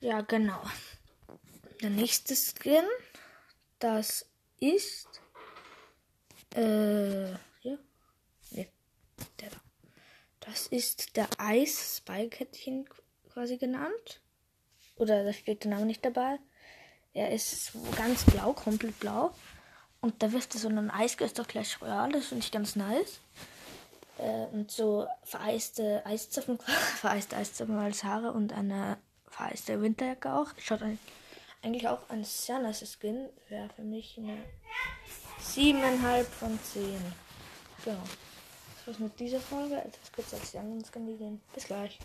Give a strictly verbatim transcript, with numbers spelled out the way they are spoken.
Ja, genau. Der nächste Skin, das ist, äh, ja, ne, der da. Das ist der Eis-Spike, hätte ich ihn quasi genannt. Oder da steht der Name nicht dabei. Er ist ganz blau, komplett blau. Und da wirft er so einen Eisgeist auf Clash Royale. Das finde ich ganz nice. Äh, und so vereiste Eiszapfen, vereiste Eiszapfen als Haare und eine vereiste Winterjacke auch. Schaut eigentlich auch ein sehr nice Skin. Wäre für mich eine siebeneinhalb von zehn. Genau. Das war's mit dieser Folge. Etwas kürzer als die anderen Skin. Bis gleich.